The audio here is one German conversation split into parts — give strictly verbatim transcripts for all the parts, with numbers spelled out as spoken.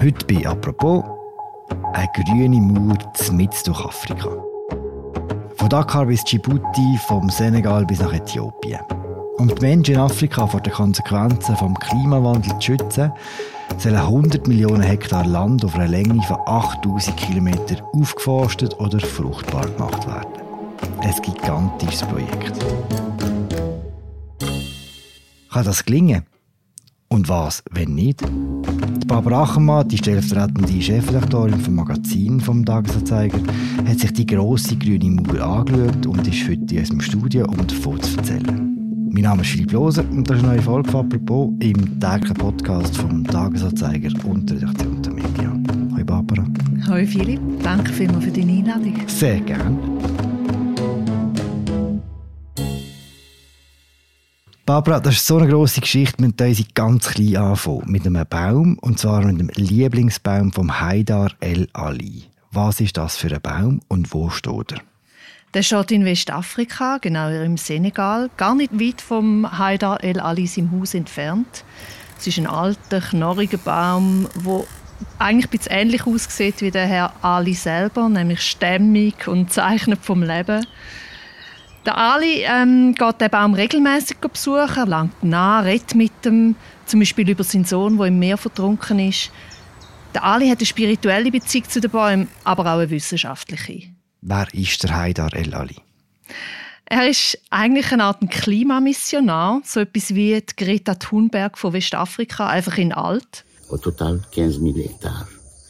Heute bei «Apropos» eine grüne Mauer mitten durch Afrika. Von Dakar bis Djibouti, vom Senegal bis nach Äthiopien. Um die Menschen in Afrika vor den Konsequenzen des Klimawandels zu schützen, sollen hundert Millionen Hektar Land auf einer Länge von achttausend Kilometern aufgeforstet oder fruchtbar gemacht werden. Ein gigantisches Projekt. Kann das gelingen? Und was, wenn nicht? Die Barbara Achermann, die stellvertretende Chefredaktorin vom Magazin vom Tagesanzeiger, hat sich die grosse grüne Mauer angeschaut und ist heute in unserem Studio, um davon zu erzählen. Mein Name ist Philipp Loser und das ist eine neue Folge von «Apropos» im täglichen Podcast vom Tagesanzeiger und der Redaktion der Media. Hoi Barbara. Hoi Philipp, danke vielmals für deine Einladung. Sehr gerne. Barbara, das ist so eine grosse Geschichte, wir müssen uns ganz klein anfangen. Mit einem Baum, und zwar mit dem Lieblingsbaum vom Haidar El Ali. Was ist das für ein Baum und wo steht er? Der steht in Westafrika, genau im Senegal, gar nicht weit vom Haidar El Ali im Haus entfernt. Es ist ein alter, knorriger Baum, der eigentlich ein bisschen ähnlich aussieht wie der Herr Ali selber, nämlich stämmig und zeichnet vom Leben. Der Ali ähm, geht den Baum regelmäßig besuchen, er langt nah, redet mit ihm, zum Beispiel über seinen Sohn, der im Meer vertrunken ist. Der Ali hat eine spirituelle Beziehung zu den Bäumen, aber auch eine wissenschaftliche. Wer ist der Haidar El Ali? Er ist eigentlich eine Art Klimamissionar, so etwas wie die Greta Thunberg von Westafrika, einfach in alt. Au total quinze mille hectares,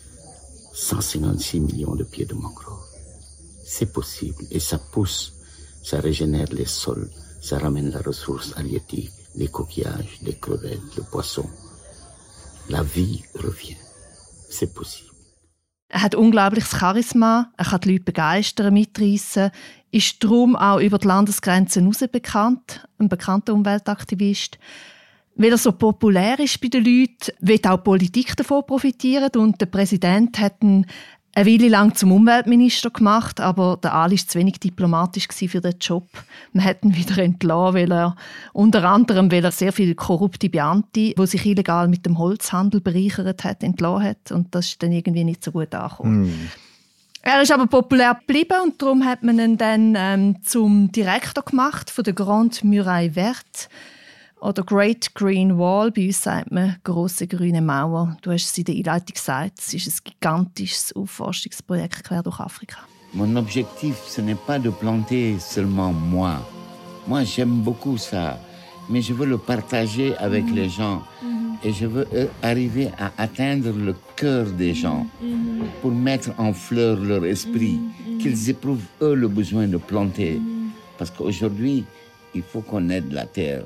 cent cinquante-six millions de pieds de mangrove. C'est possible et ça pousse. Ça régénère les sols, ça ramène la ressource halieutique, les coquillages, les crevettes, le poisson. La vie revient. C'est possible. Er hat unglaubliches Charisma, er kann die Leute begeistern, mitreissen, ist darum auch über die Landesgrenzen hinaus bekannt, ein bekannter Umweltaktivist. Weil er so populär ist bei den Leuten, wird auch die Politik davon profitieren und der Präsident hat ihn eine Weile lang zum Umweltminister gemacht, aber der Ali war zu wenig diplomatisch für den Job. Man hat ihn wieder entlassen, weil er unter anderem weil er sehr viele korrupte Beamte, die sich illegal mit dem Holzhandel bereichert hat, entlassen hat. Und das ist dann irgendwie nicht so gut angekommen. Mm. Er ist aber populär geblieben und darum hat man ihn dann ähm, zum Direktor gemacht von der Grande Muraille Verte. Oder Great Green Wall, bei uns sagt man grosse grüne Mauer. Du hast es in der Einleitung gesagt, es ist ein gigantisches Aufforstungsprojekt quer durch Afrika. Mon objectif, ce n'est pas de planter seulement moi. Moi, j'aime beaucoup ça, mais je veux le partager avec mm-hmm. les gens. Mm-hmm. Et je veux euh, arriver à atteindre le cœur des gens mm-hmm. pour mettre en fleur leur esprit, mm-hmm. qu'ils éprouvent eux le besoin de planter. Mm-hmm. Parce qu'aujourd'hui, il faut qu'on aide la terre.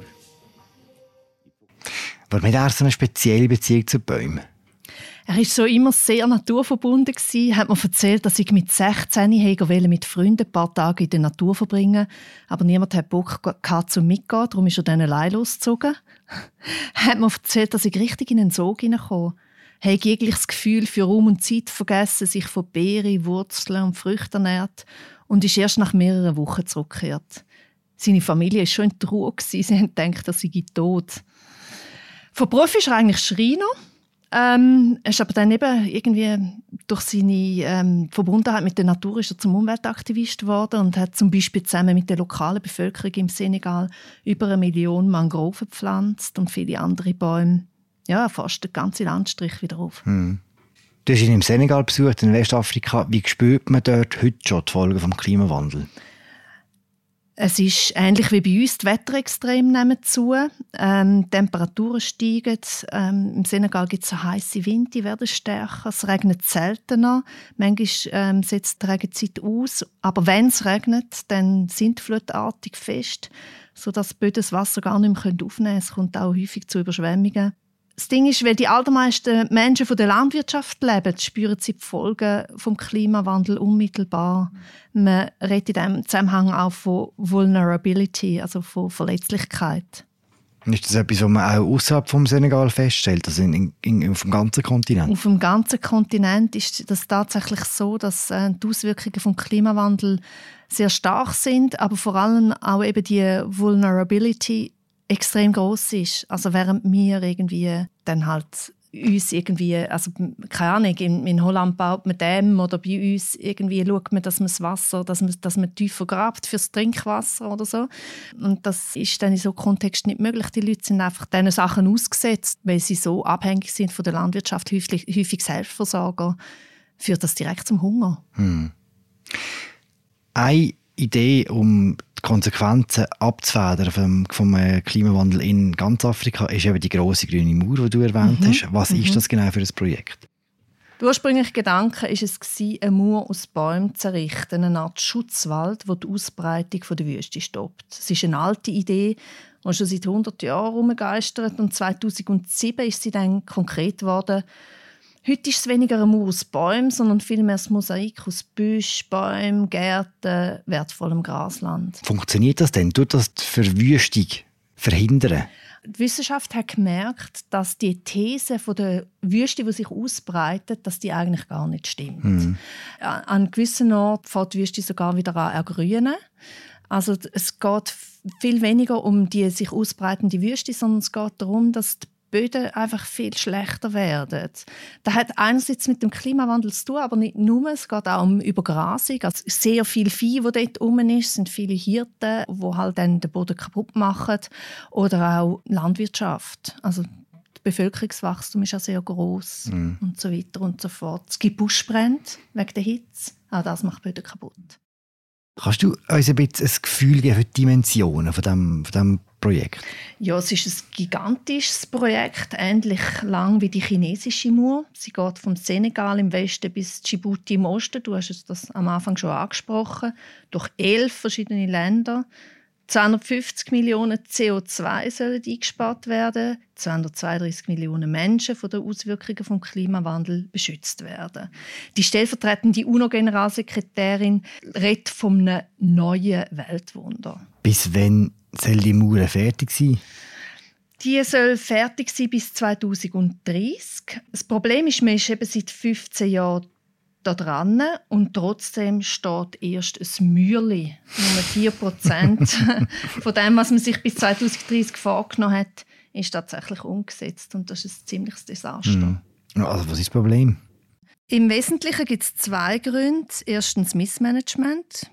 Warum hat er so eine spezielle Beziehung zu Bäumen? Er war so immer sehr naturverbunden. Er hat mir erzählt, dass ich mit sechzehn mit Freunden ein paar Tage in der Natur verbringen wollte. Aber niemand hatte Bock gehabt, zum mitgehen. Darum ist er dann allein losgezogen. Er hat mir erzählt, dass ich richtig in einen Sog hineinkam. Er hat jeglich das Gefühl für Raum und Zeit vergessen, sich von Beeren, Wurzeln und Früchten ernährt und ist erst nach mehreren Wochen zurückgekehrt. Seine Familie war schon in Trauer. Sie haben gedacht, er sei tot. Von Beruf ist er eigentlich Schreiner. Ähm, er ist aber dann eben irgendwie durch seine ähm, Verbundenheit mit der Natur ist er zum Umweltaktivist geworden und hat zum Beispiel zusammen mit der lokalen Bevölkerung im Senegal über eine Million Mangroven gepflanzt und viele andere Bäume. Ja, fast den ganzen Landstrich wieder auf. Hm. Du hast ihn im Senegal besucht, in Westafrika. Wie spürt man dort heute schon die Folgen des Klimawandels? Es ist ähnlich wie bei uns, die Wetterextreme nehmen zu. Ähm, die Temperaturen steigen. Ähm, Im Senegal gibt es so heisse Winde, die werden stärker. Es regnet seltener. Manchmal ähm, setzt die Regenzeit aus. Aber wenn es regnet, dann sind flutartig fest, sodass die Böden das Wasser gar nicht mehr aufnehmen können. Es kommt auch häufig zu Überschwemmungen. Das Ding ist, weil die allermeisten Menschen von der Landwirtschaft leben, spüren sie die Folgen des Klimawandels unmittelbar. Man redet in diesem Zusammenhang auch von Vulnerability, also von Verletzlichkeit. Ist das etwas, was man auch außerhalb vom Senegal feststellt, also in, in, auf dem ganzen Kontinent? Auf dem ganzen Kontinent ist das tatsächlich so, dass äh, die Auswirkungen des Klimawandels sehr stark sind, aber vor allem auch eben die Vulnerability extrem gross ist. Also während wir irgendwie dann halt uns irgendwie, also keine Ahnung, in, in Holland baut man Dämme oder bei uns irgendwie schaut man, dass man das Wasser, dass man, dass man tiefer grabt fürs Trinkwasser oder so. Und das ist dann in so einem Kontext nicht möglich. Die Leute sind einfach diesen Sachen ausgesetzt, weil sie so abhängig sind von der Landwirtschaft, häufig, häufig Selbstversorger, führt das direkt zum Hunger. Hm. Eine Idee, um die Konsequenzen abzufedern vom, vom Klimawandel in ganz Afrika, ist eben die grosse grüne Mauer, die du erwähnt hast. Mhm. Was mhm. ist das genau für ein Projekt? Der ursprüngliche Gedanke war es, eine Mauer aus Bäumen zu errichten, eine Art Schutzwald, der die Ausbreitung der Wüste stoppt. Es ist eine alte Idee, die schon seit hundert Jahren herumgeistert, und zweitausendsieben ist sie dann konkret geworden. Heute ist es weniger eine Mauer aus Bäumen, sondern vielmehr ein Mosaik aus Büschen, Bäumen, Gärten, wertvollem Grasland. Funktioniert das denn? Tut das die Verwüstung verhindern? Die Wissenschaft hat gemerkt, dass die These von der Wüste, die sich ausbreitet, dass die eigentlich gar nicht stimmt. Mhm. An gewissen Orten fängt die Wüste sogar wieder an ergrünen. Also es geht viel weniger um die sich ausbreitende Wüste, sondern es geht darum, dass die Böden einfach viel schlechter werden. Das hat einerseits mit dem Klimawandel zu tun, aber nicht nur. Es geht auch um Übergrasung. Also sehr viel Vieh, das dort rum ist. Es sind viele Hirten, die halt dann den Boden kaputt machen. Oder auch Landwirtschaft. Also das Bevölkerungswachstum ist auch sehr gross mm. und so weiter und so fort. Es gibt Buschbrände wegen der Hitze. Auch das macht Böden kaputt. Kannst du uns ein bisschen ein Gefühl geben für die Dimensionen von diesem, von diesem Projekt? Ja, es ist ein gigantisches Projekt, ähnlich lang wie die chinesische Mauer. Sie geht vom Senegal im Westen bis Djibouti im Osten. Du hast das am Anfang schon angesprochen. Durch elf verschiedene Länder. zweihundertfünfzig Millionen C O zwei sollen eingespart werden. zweihundertzweiunddreißig Millionen Menschen von den Auswirkungen des Klimawandels beschützt werden. Die stellvertretende UNO-Generalsekretärin redet von einem neuen Weltwunder. Bis wann soll die Mauer fertig sein? Die soll fertig sein bis zweitausenddreißig. Das Problem ist, man ist eben seit fünfzehn Jahren da dran und trotzdem steht erst ein Mäuerchen. Nur vier Prozent von dem, was man sich bis zweitausenddreißig vorgenommen hat, ist tatsächlich umgesetzt. Und das ist ein ziemliches Desaster. Mhm. Also was ist das Problem? Im Wesentlichen gibt es zwei Gründe. Erstens Missmanagement.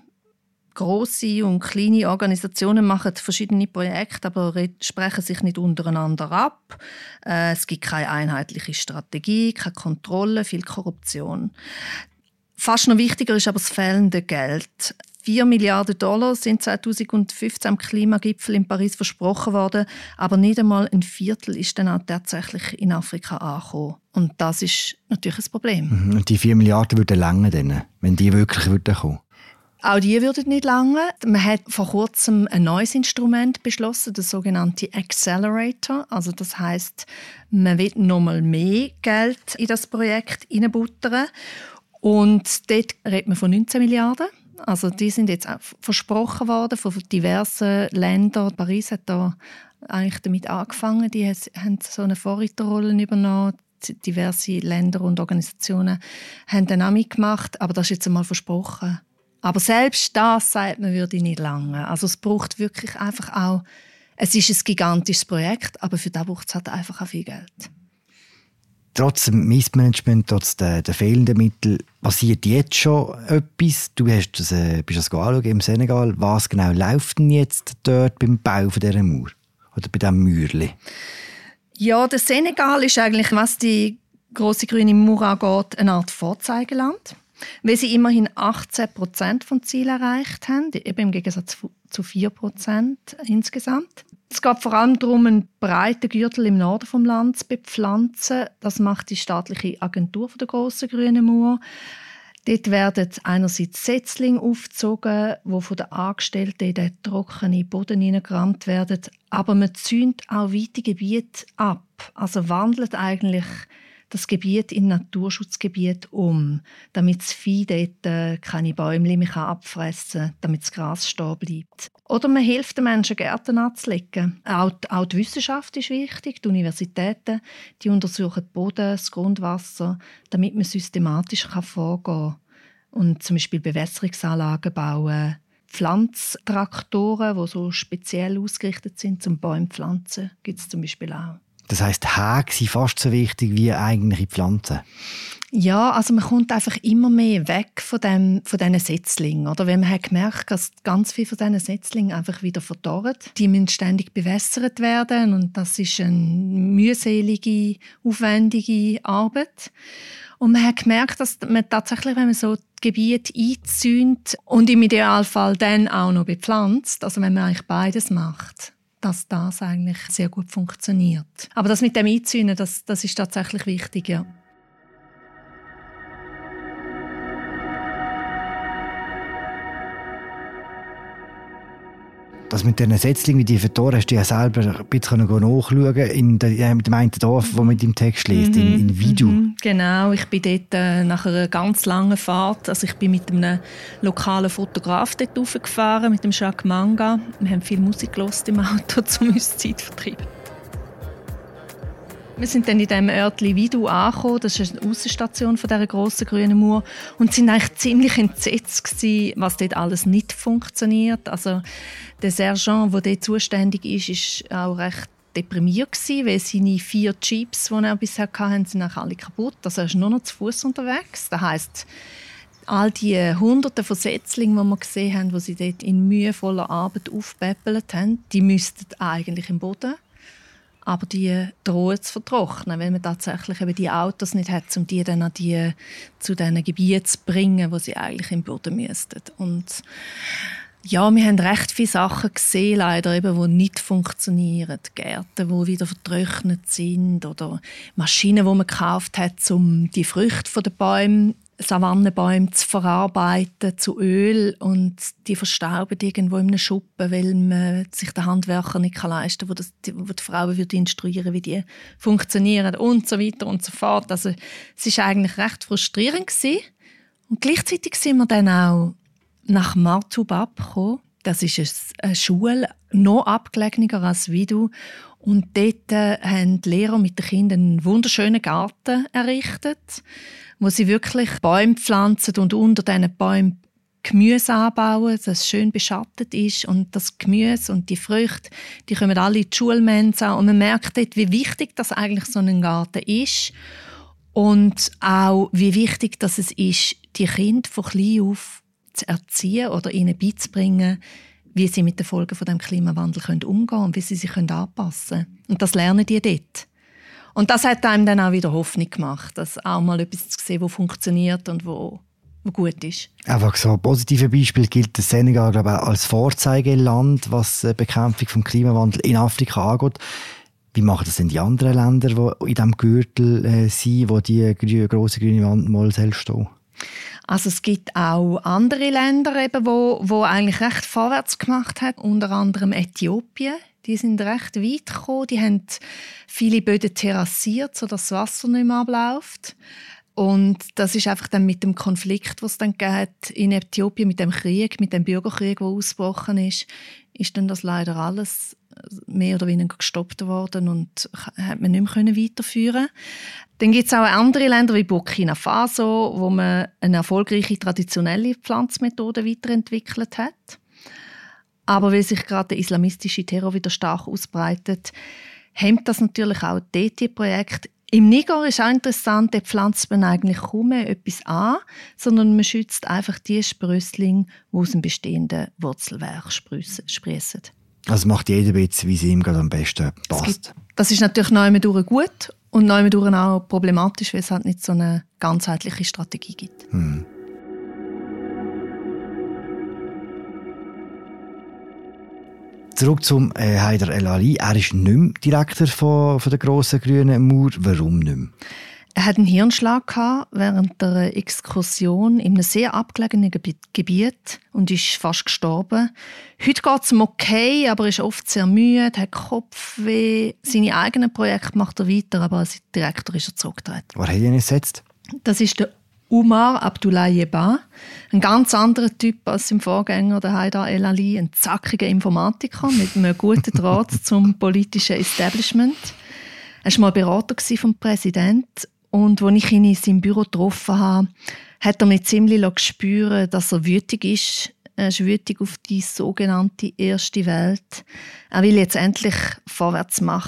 Grosse und kleine Organisationen machen verschiedene Projekte, aber sprechen sich nicht untereinander ab. Äh, es gibt keine einheitliche Strategie, keine Kontrolle, viel Korruption. Fast noch wichtiger ist aber das fehlende Geld. Vier Milliarden Dollar sind zweitausendfünfzehn am Klimagipfel in Paris versprochen worden, aber nicht einmal ein Viertel ist dann auch tatsächlich in Afrika angekommen. Und das ist natürlich ein Problem. Und die vier Milliarden würden länger, wenn die wirklich würden kommen? Auch die würden nicht lange. Man hat vor kurzem ein neues Instrument beschlossen, das sogenannte Accelerator. Also das heisst, man will noch mal mehr Geld in das Projekt hineinbuttern. Und dort redet man von neunzehn Milliarden. Also die sind jetzt auch versprochen worden von diversen Ländern. Paris hat da eigentlich damit angefangen. Die haben so eine Vorreiterrolle übernommen. Diverse Länder und Organisationen haben dann auch mitgemacht. Aber das ist jetzt einmal versprochen. Aber selbst das, sagt man, würde nicht lange. Also es braucht wirklich einfach auch, es ist ein gigantisches Projekt, aber für das braucht es halt einfach auch viel Geld. Trotz dem Missmanagement, trotz der, der fehlenden Mittel, passiert jetzt schon etwas? Du hast das, äh, bist das anschauen im Senegal. Was genau läuft denn jetzt dort beim Bau von dieser Mauer? Oder bei diesem Mäuerchen? Ja, der Senegal ist eigentlich, was die grosse grüne Mauer angeht, eine Art Vorzeigeland. Weil sie immerhin achtzehn Prozent vom Ziel erreicht haben, eben im Gegensatz zu vier Prozent insgesamt. Es geht vor allem darum, einen breiten Gürtel im Norden des Landes zu bepflanzen. Das macht die staatliche Agentur der grossen grünen Mauer. Dort werden einerseits Setzlinge aufgezogen, die von den Angestellten in den trockenen Boden hineingerammt werden. Aber man zäunt auch weite Gebiete ab. Also wandelt eigentlich das Gebiet in Naturschutzgebiet um, damit das Vieh dort keine Bäume mehr abfressen kann, damit das Gras stehen bleibt. Oder man hilft den Menschen, Gärten anzulegen. Auch die, auch die Wissenschaft ist wichtig. Die Universitäten die untersuchen den Boden, das Grundwasser, damit man systematisch vorgehen kann. Und zum Beispiel Bewässerungsanlagen bauen, Pflanztraktoren, die so speziell ausgerichtet sind zum Bäume pflanzen, gibt es zum Beispiel auch. Das heisst, Häge sind fast so wichtig wie eigentliche Pflanzen. Ja, also man kommt einfach immer mehr weg von, dem, von diesen Setzlingen. Oder? Wenn man hat gemerkt, dass ganz viele von diesen Setzlingen einfach wieder verdorren. Die müssen ständig bewässert werden und das ist eine mühselige, aufwendige Arbeit. Und man hat gemerkt, dass man tatsächlich, wenn man so Gebiete einzäunt und im Idealfall dann auch noch bepflanzt, also wenn man eigentlich beides macht, dass das eigentlich sehr gut funktioniert. Aber das mit dem Einzäunen, das, das ist tatsächlich wichtig, ja. Das mit diesen Setzlingen, die verdorren, hast du ja selber ein bisschen nachschauen in dem einen Dorf, das mit dem Text liest, mm-hmm. in, in Vidu. Mm-hmm. Genau, ich bin dort äh, nach einer ganz langen Fahrt, also ich bin mit einem lokalen Fotograf dort raufgefahren, mit dem Jacques Manga. Wir haben viel Musik gehört im Auto, um uns Zeit zu vertreiben. Wir sind dann in diesem Örtchen Vidu angekommen, das ist eine Aussenstation von dieser grossen grünen Mauer, und sind eigentlich ziemlich entsetzt gewesen, was dort alles nicht funktioniert. Also der Sergeant, der dort zuständig ist, war auch recht deprimiert gewesen, weil seine vier Jeeps, die er bisher hatte, sind alle kaputt. Also er ist nur noch zu Fuß unterwegs. Das heisst, all die Hunderte von Setzlingen, die wir gesehen haben, die sie dort in mühevoller Arbeit aufpäppelt haben, die müssten eigentlich im Boden. Aber die drohen zu vertrocknen, weil man tatsächlich eben die Autos nicht hat, um die dann an die, zu diesen Gebieten zu bringen, wo sie eigentlich im Boden müssten. Und ja, wir haben recht viele Sachen gesehen, leider, eben, die nicht funktionieren. Gärten, die wieder vertrocknet sind oder Maschinen, die man gekauft hat, um die Früchte der Bäume, Savannenbäume zu verarbeiten zu Öl, und die verstauben irgendwo in einem Schuppen, weil man sich der Handwerker nicht leisten kann, wo, das, wo die Frauen würde instruieren, wie die funktionieren und so weiter und so fort. Also es war eigentlich recht frustrierend gewesen. Und gleichzeitig sind wir dann auch nach Martubab gekommen. Das ist eine Schule, noch abgelegener als Vidu. Und dort haben die Lehrer mit den Kindern einen wunderschönen Garten errichtet, wo sie wirklich Bäume pflanzen und unter diesen Bäumen Gemüse anbauen, das schön beschattet ist. Und das Gemüse und die Früchte, die kommen alle in die Schulmensa. Und man merkt dort, wie wichtig das eigentlich so ein Garten ist. Und auch, wie wichtig das es ist, die Kinder von klein auf zu erziehen oder ihnen beizubringen, wie sie mit den Folgen von dem Klimawandel umgehen können und wie sie sich anpassen können. Und das lernen die dort. Und das hat einem dann auch wieder Hoffnung gemacht, dass auch mal etwas zu sehen, das funktioniert und wo, wo gut ist. Einfach so ein positives Beispiel gilt das Senegal, glaube ich, als Vorzeigeland, was die Bekämpfung des Klimawandels in Afrika angeht. Wie machen das denn die anderen Länder, die in diesem Gürtel äh, sind, wo die grü- grosse grüne Wand mal selbst stehen? Also es gibt auch andere Länder, eben, wo, wo eigentlich recht vorwärts gemacht haben, unter anderem Äthiopien. Die sind recht weit gekommen. Die haben viele Böden terrassiert, sodass das Wasser nicht mehr abläuft. Und das ist einfach dann mit dem Konflikt, was es dann hat in Äthiopien, mit dem Krieg, mit dem Bürgerkrieg, der ausgebrochen ist, ist dann das leider alles mehr oder weniger gestoppt worden und hat man nicht mehr weiterführen. Dann gibt es auch andere Länder wie Burkina Faso, wo man eine erfolgreiche traditionelle Pflanzmethode weiterentwickelt hat. Aber weil sich gerade der islamistische Terror wieder stark ausbreitet, hemmt das natürlich auch dort die Projekte. Im Niger ist auch interessant, dort pflanzt man eigentlich kaum mehr etwas an, sondern man schützt einfach die Sprösslinge, die aus dem bestehenden Wurzelwerk sprießen. Also macht jeder jetzt, wie es ihm gerade am besten passt. Gibt, das ist natürlich neumendurch gut und neumendurch auch problematisch, weil es halt nicht so eine ganzheitliche Strategie gibt. Hm. Zurück zum äh, Haider El Ali. Er ist nicht mehr Direktor von, von der grossen grünen Mauer. Warum nicht mehr? Er hatte einen Hirnschlag gehabt während der Exkursion in einem sehr abgelegenen Gebiet und ist fast gestorben. Heute geht es ihm okay, aber er ist oft sehr müde, hat Kopfweh. Seine eigenen Projekte macht er weiter, aber als Direktor ist er zurückgetreten. Wer hat ihn ersetzt? Das ist der Umar Abdoulaye Ba, ein ganz anderer Typ als sein Vorgänger, der Haider El Ali, ein zackiger Informatiker mit einem guten Draht zum politischen Establishment. Er war mal Berater vom Präsidenten und als ich ihn in seinem Büro getroffen habe, hat er mir ziemlich gespürt, dass er wütig ist. Er ist wütig auf die sogenannte erste Welt. Er will jetzt endlich vorwärts machen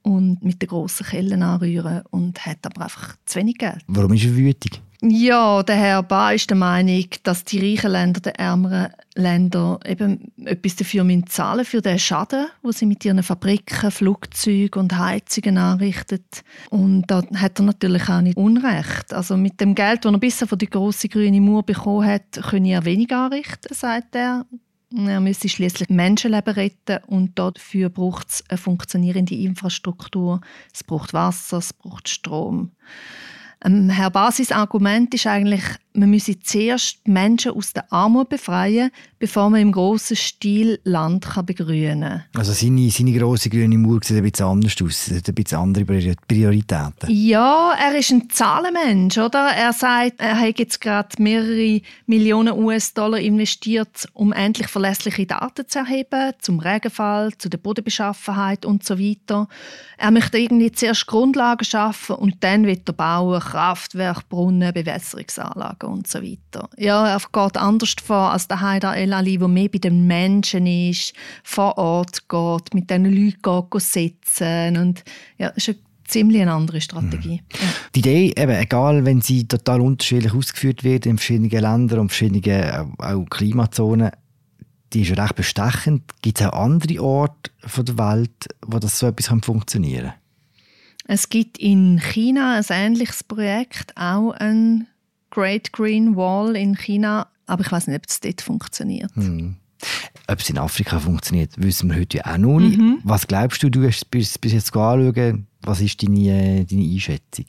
und mit den grossen Kellen anrühren und hat aber einfach zu wenig Geld. Warum ist er wütig? Ja, der Herr Ba ist der Meinung, dass die reichen Länder den ärmeren Ländern eben etwas dafür zahlen müssen, für den Schaden, den sie mit ihren Fabriken, Flugzeugen und Heizungen anrichten. Und da hat er natürlich auch nicht Unrecht. Also mit dem Geld, das er bisher von der grossen grünen Mauer bekommen hat, könne er wenig anrichten, sagt er. Er müsse schliesslich Menschenleben retten und dafür braucht es eine funktionierende Infrastruktur. Es braucht Wasser, es braucht Strom. Ähm, Herr Basis Argument ist eigentlich, man müsse zuerst die Menschen aus der Armut befreien, bevor man im grossen Stil Land kann begrünen kann. Also seine, seine grosse grüne Mauer sieht ein bisschen anders aus, er hat ein bisschen andere Prioritäten. Ja, er ist ein Zahlenmensch, oder? Er sagt, er hat jetzt gerade mehrere Millionen U S-Dollar investiert, um endlich verlässliche Daten zu erheben, zum Regenfall, zu der Bodenbeschaffenheit und so weiter. Er möchte irgendwie zuerst Grundlagen schaffen und dann wird er bauen, Kraftwerke, Brunnen, Bewässerungsanlagen und so weiter. Ja, er geht anders vor als der Haidar El-Ali, der mehr bei den Menschen ist, vor Ort geht, mit diesen Leuten geht, sitzen. Und ja, das ist eine ziemlich eine andere Strategie. Mhm. Ja. Die Idee, eben, egal wenn sie total unterschiedlich ausgeführt wird in verschiedenen Ländern und verschiedenen auch, auch Klimazonen, die ist recht bestechend. Gibt es auch andere Orte von der Welt, wo das so etwas funktionieren kann? Es gibt in China ein ähnliches Projekt, auch ein Great Green Wall in China, aber ich weiß nicht, ob es dort funktioniert. Hm. Ob es in Afrika funktioniert, wissen wir heute ja auch noch nicht. Mhm. Was glaubst du, du hast bis, bis jetzt anschauen, was ist deine, deine Einschätzung?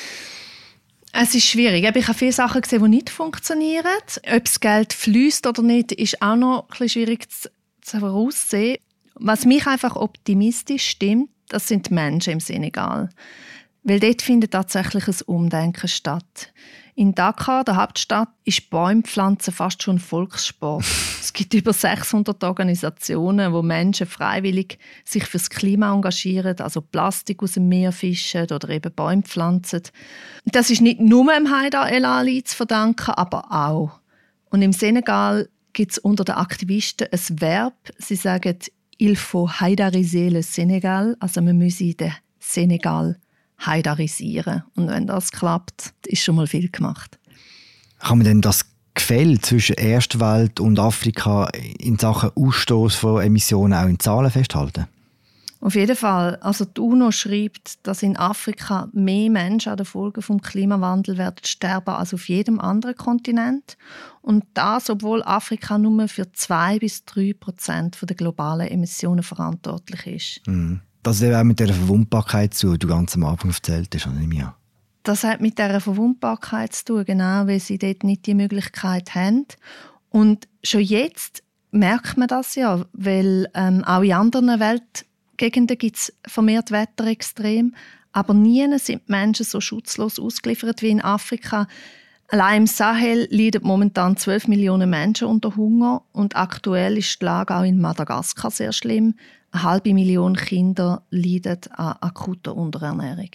Es ist schwierig. Ich habe viele Sachen gesehen, die nicht funktionieren. Ob das Geld fließt oder nicht, ist auch noch ein bisschen schwierig zu, zu voraussehen. Was mich einfach optimistisch stimmt, das sind die Menschen im Senegal. Weil dort findet tatsächlich ein Umdenken statt. In Dakar, der Hauptstadt, ist Bäumpflanzen fast schon Volkssport. Es gibt über sechshundert Organisationen, wo Menschen freiwillig sich fürs Klima engagieren, also Plastik aus dem Meer fischen oder eben Bäume pflanzen. Das ist nicht nur dem Haidar El-Ali zu verdanken, aber auch. Und im Senegal gibt es unter den Aktivisten ein Verb. Sie sagen, il faut haidariser le Sénégal, also man müsse den Senegal haidarisieren. Und wenn das klappt, ist schon mal viel gemacht. Kann man denn das Gefälle zwischen Erstwelt und Afrika in Sachen Ausstoß von Emissionen auch in Zahlen festhalten? Auf jeden Fall. Also die UNO schreibt, dass in Afrika mehr Menschen an den Folgen des Klimawandels werden sterben als auf jedem anderen Kontinent. Und das, obwohl Afrika nur für zwei bis drei Prozent der globalen Emissionen verantwortlich ist. Mhm. Das hat auch mit der Verwundbarkeit zu, die du ganz am Anfang erzählt hast, oder nicht? Das hat mit dieser Verwundbarkeit zu tun, genau, weil sie dort nicht die Möglichkeit haben. Und schon jetzt merkt man das ja, weil ähm, auch in anderen Weltgegenden gibt es vermehrt Wetterextreme, aber nie sind die Menschen so schutzlos ausgeliefert wie in Afrika. Allein im Sahel leiden momentan zwölf Millionen Menschen unter Hunger und aktuell ist die Lage auch in Madagaskar sehr schlimm. Eine halbe Million Kinder leiden an akuter Unterernährung.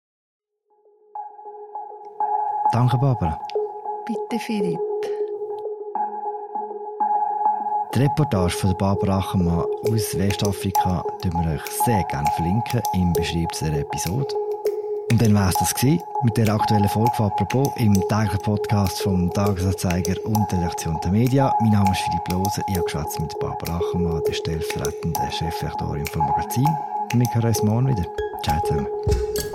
Danke, Barbara. Bitte, Philipp. Die Reportage von Barbara Achermann aus Westafrika verlinken wir euch sehr gerne verlinken im Beschreibung dieser Episode. Und dann war es das gewesen mit der aktuellen Folge von «Apropos» im täglichen Podcast vom Tagesanzeiger und der Redaktion der Media. Mein Name ist Philipp Loser, ich habe geschwätzt mit Barbara Achermann, der stellvertretenden Chefredaktorin vom Magazin. Und wir hören uns morgen wieder. Ciao zusammen.